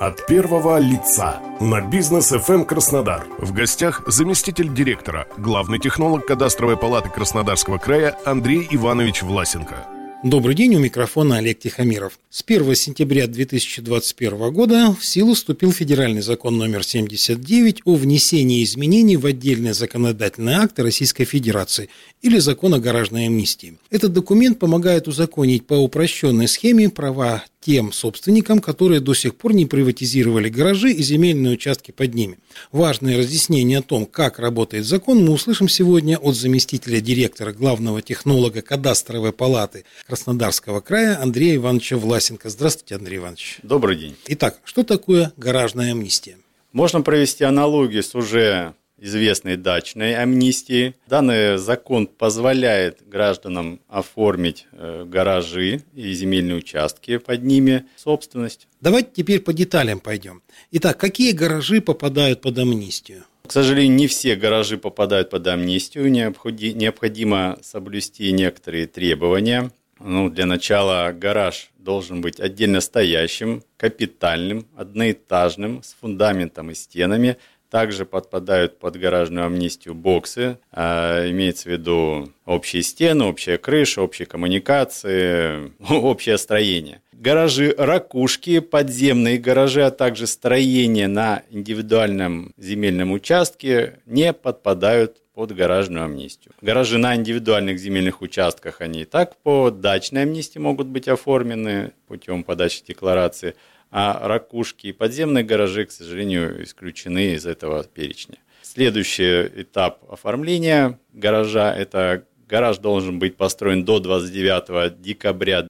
От первого лица на Бизнес ФМ Краснодар. В гостях заместитель директора, главный технолог кадастровой палаты Краснодарского края Андрей Иванович Власенко. Добрый день, у микрофона Олег Тихомиров. С 1 сентября 2021 года в силу вступил федеральный закон номер 79 о внесении изменений в отдельные законодательные акты Российской Федерации или закон о гаражной амнистии. Этот документ помогает узаконить по упрощенной схеме права тем собственникам, которые до сих пор не приватизировали гаражи и земельные участки под ними. Важное разъяснение о том, как работает закон, мы услышим сегодня от заместителя директора, главного технолога кадастровой палаты Краснодарского края Андрея Ивановича Власенко. Здравствуйте, Андрей Иванович. Добрый день. Итак, что такое гаражная амнистия? Можно провести аналогию с уже известной дачной амнистией. Данный закон позволяет гражданам оформить гаражи и земельные участки под ними, собственность. Давайте теперь по деталям пойдем. Итак, какие гаражи попадают под амнистию? К сожалению, не все гаражи попадают под амнистию. Необходимо соблюсти некоторые требования. Для начала гараж должен быть отдельно стоящим, капитальным, одноэтажным, с фундаментом и стенами. Также подпадают под гаражную амнистию боксы, имеется в виду общие стены, общая крыша, общие коммуникации, общее строение. Гаражи-ракушки, подземные гаражи, а также строения на индивидуальном земельном участке не подпадают под гаражную амнистию. Гаражи на индивидуальных земельных участках, они и так по дачной амнистии могут быть оформлены путем подачи декларации, а ракушки и подземные гаражи, к сожалению, исключены из этого перечня. Следующий этап оформления гаража – это гараж должен быть построен до 29 декабря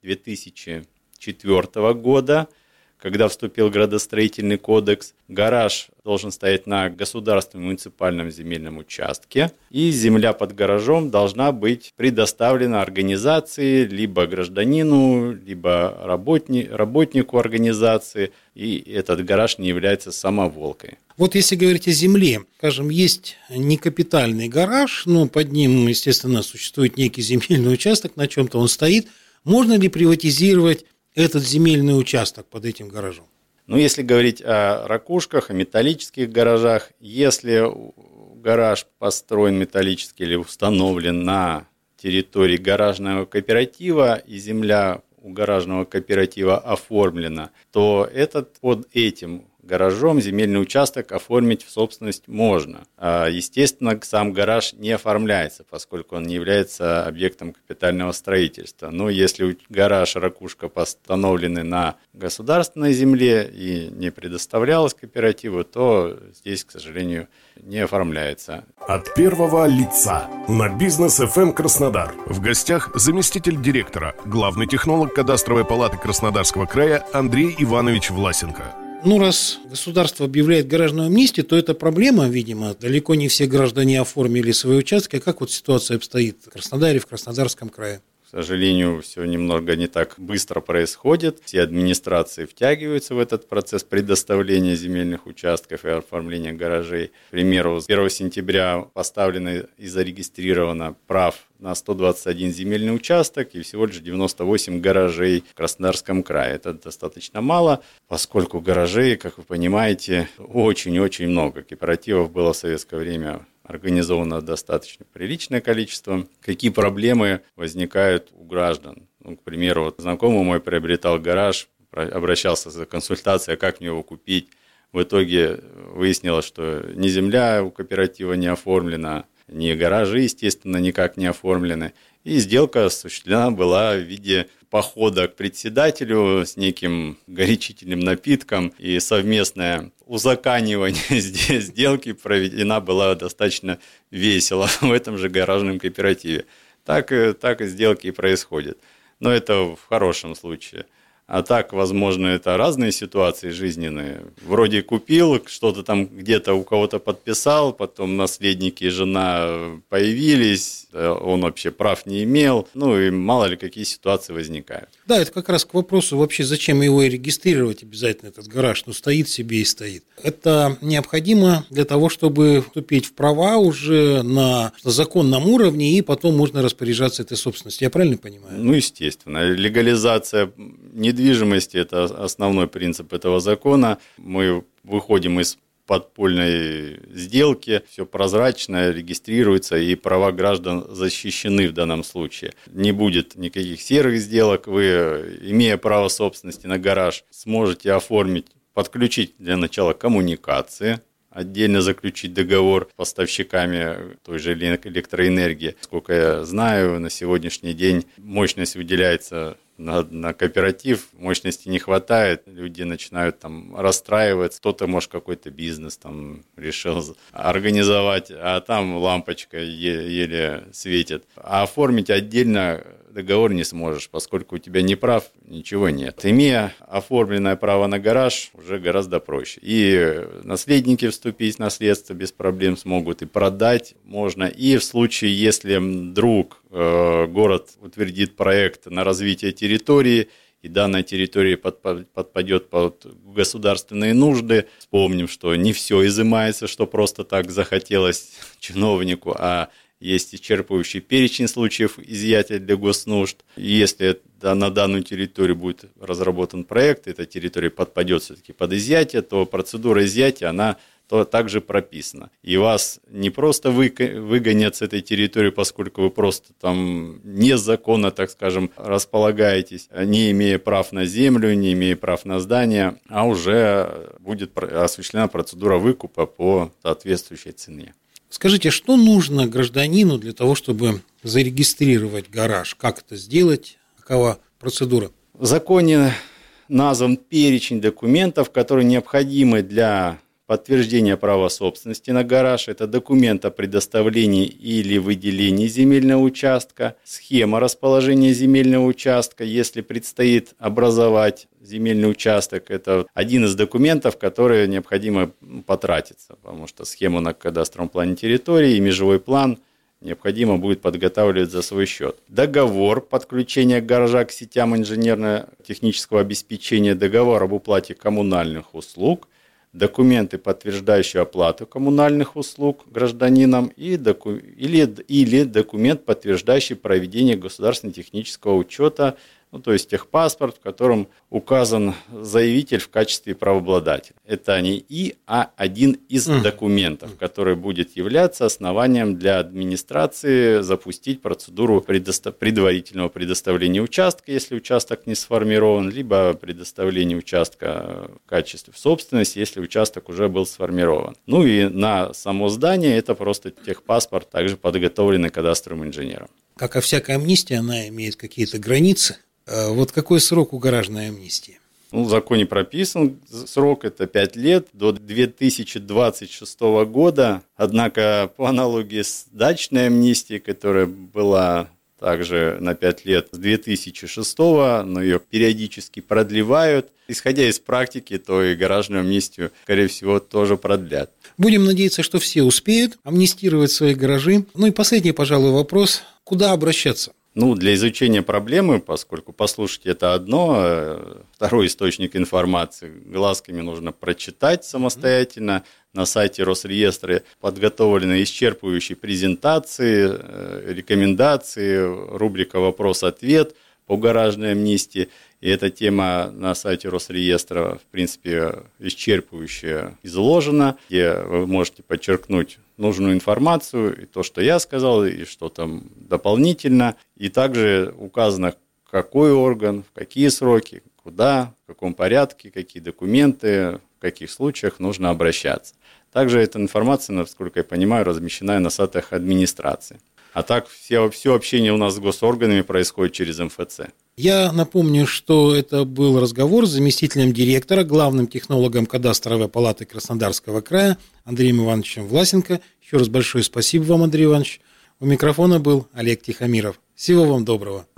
2004 года, когда вступил градостроительный кодекс. Гараж должен стоять на государственном муниципальном земельном участке, и земля под гаражом должна быть предоставлена организации, либо гражданину, либо работнику организации, и этот гараж не является самоволкой. Вот если говорить о земле, скажем, есть некапитальный гараж, но под ним, естественно, существует некий земельный участок, на чем-то он стоит. Можно ли приватизировать этот земельный участок под этим гаражом? Если говорить о ракушках, о металлических гаражах, если гараж построен металлически или установлен на территории гаражного кооператива и земля у гаражного кооператива оформлена, то под этим гаражом земельный участок оформить в собственность можно. Естественно, сам гараж не оформляется, поскольку он не является объектом капитального строительства. Но если гараж, ракушка постановлены на государственной земле и не предоставлялось кооперативу, то здесь, к сожалению, не оформляется. От первого лица на Бизнес ФМ Краснодар. В гостях заместитель директора, главный технолог кадастровой палаты Краснодарского края Андрей Иванович Власенко. Раз государство объявляет гаражную амнистию, то это проблема, видимо. Далеко не все граждане оформили свои участки. Как ситуация обстоит в Краснодаре, в Краснодарском крае? К сожалению, все немного не так быстро происходит. Все администрации втягиваются в этот процесс предоставления земельных участков и оформления гаражей. К примеру, с 1 сентября поставлено и зарегистрировано прав на 121 земельный участок и всего лишь 98 гаражей в Краснодарском крае. Это достаточно мало, поскольку гаражей, как вы понимаете, очень-очень много. Кооперативов было в советское время организовано достаточно приличное количество. Какие проблемы возникают у граждан? К примеру, знакомый мой приобретал гараж, обращался за консультацией, как мне его купить. В итоге выяснилось, что ни земля у кооператива не оформлена, ни гаражи, естественно, никак не оформлены. И сделка осуществлена была в виде похода к председателю с неким горячительным напитком, и совместное узаканивание сделки проведена была достаточно весело в этом же гаражном кооперативе. Так и сделки и происходят. Но это в хорошем случае. А так, возможно, это разные ситуации жизненные. Вроде купил, что-то там где-то у кого-то подписал, потом наследники и жена появились, он вообще прав не имел. И мало ли какие ситуации возникают. Да, это как раз к вопросу вообще, зачем его и регистрировать обязательно, этот гараж, стоит себе и стоит. Это необходимо для того, чтобы вступить в права уже на законном уровне, и потом можно распоряжаться этой собственностью. Я правильно понимаю? Естественно. Легализация не недвижимости, это основной принцип этого закона. Мы выходим из подпольной сделки, все прозрачно регистрируется, и права граждан защищены в данном случае. Не будет никаких серых сделок. Вы, имея право собственности на гараж, сможете оформить, подключить для начала коммуникации, отдельно заключить договор с поставщиками той же электроэнергии. Сколько я знаю, на сегодняшний день мощность выделяется на кооператив, мощности не хватает, люди начинают там расстраиваться, кто-то, может, какой-то бизнес там решил организовать, а там лампочка еле светит. А оформить отдельно договор не сможешь, поскольку у тебя не прав, ничего нет. Имея оформленное право на гараж, уже гораздо проще. И наследники вступить в наследство без проблем смогут, и продать можно. И в случае, если вдруг город утвердит проект на развитие территории, и данная территория подпадет под государственные нужды, вспомним, что не все изымается, что просто так захотелось чиновнику, а есть исчерпывающий перечень случаев изъятия для госнужд. И если на данную территорию будет разработан проект, эта территория подпадет все-таки под изъятие, то процедура изъятия, она также прописана. И вас не просто выгонят с этой территории, поскольку вы просто там незаконно, так скажем, располагаетесь, не имея прав на землю, не имея прав на здание, а уже будет осуществлена процедура выкупа по соответствующей цене. Скажите, что нужно гражданину для того, чтобы зарегистрировать гараж? Как это сделать? Какова процедура? В законе назван перечень документов, которые необходимы для подтверждения права собственности на гараж. Это документ о предоставлении или выделении земельного участка, схема расположения земельного участка, если предстоит образовать земельный участок. Это один из документов, которые необходимо потратиться, потому что схему на кадастровом плане территории и межевой план необходимо будет подготавливать за свой счет. Договор подключения гаража к сетям инженерно-технического обеспечения, договор об уплате коммунальных услуг, документы, подтверждающие оплату коммунальных услуг гражданинам, или документ, подтверждающий проведение государственно-технического учета, то есть техпаспорт, в котором указан заявитель в качестве правообладателя. Это один из документов, который будет являться основанием для администрации запустить процедуру предварительного предоставления участка, если участок не сформирован, либо предоставления участка в качестве собственности, если участок уже был сформирован. И на само здание это просто техпаспорт, также подготовленный кадастровым инженером. Как и всякая амнистия, она имеет какие-то границы. Вот какой срок у гаражной амнистии? В законе прописан срок, это 5 лет, до 2026 года. Однако, по аналогии с дачной амнистией, которая была также на 5 лет с 2006, но ее периодически продлевают. Исходя из практики, то и гаражную амнистию, скорее всего, тоже продлят. Будем надеяться, что все успеют амнистировать свои гаражи. И последний, пожалуй, вопрос. Куда обращаться? Для изучения проблемы, поскольку послушать это одно, второй источник информации глазками нужно прочитать самостоятельно. На сайте Росреестра подготовлены исчерпывающие презентации, рекомендации, рубрика «Вопрос-ответ» по гаражной амнистии. И эта тема на сайте Росреестра, в принципе, исчерпывающе изложена, где вы можете подчеркнуть нужную информацию, и то, что я сказал, и что там дополнительно. И также указано, какой орган, в какие сроки, куда, в каком порядке, какие документы, в каких случаях нужно обращаться. Также эта информация, насколько я понимаю, размещена на сайтах администрации. А так все общение у нас с госорганами происходит через МФЦ. Я напомню, что это был разговор с заместителем директора, главным технологом кадастровой палаты Краснодарского края Андреем Ивановичем Власенко. Еще раз большое спасибо вам, Андрей Иванович. У микрофона был Олег Тихомиров. Всего вам доброго.